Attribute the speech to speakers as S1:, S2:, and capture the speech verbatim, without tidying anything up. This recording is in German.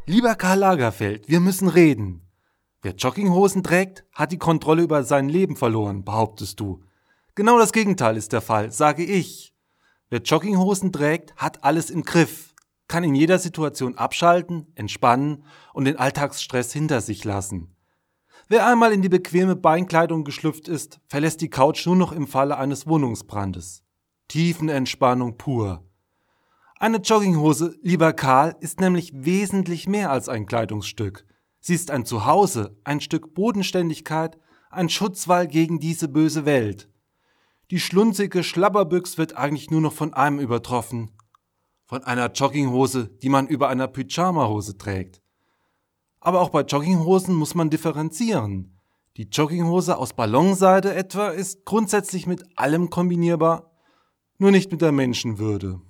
S1: Lieber Karl Lagerfeld, wir müssen reden. Wer Jogginghosen trägt, hat die Kontrolle über sein Leben verloren, behauptest du. Genau das Gegenteil ist der Fall, sage ich. Wer Jogginghosen trägt, hat alles im Griff, kann in jeder Situation abschalten, entspannen und den Alltagsstress hinter sich lassen. Wer einmal in die bequeme Beinkleidung geschlüpft ist, verlässt die Couch nur noch im Falle eines Wohnungsbrandes. Tiefenentspannung pur. Eine Jogginghose, lieber Karl, ist nämlich wesentlich mehr als ein Kleidungsstück. Sie ist ein Zuhause, ein Stück Bodenständigkeit, ein Schutzwall gegen diese böse Welt. Die schlunzige Schlabberbüchs wird eigentlich nur noch von einem übertroffen. Von einer Jogginghose, die man über einer Pyjamahose trägt. Aber auch bei Jogginghosen muss man differenzieren. Die Jogginghose aus Ballonseide etwa ist grundsätzlich mit allem kombinierbar, nur nicht mit der Menschenwürde.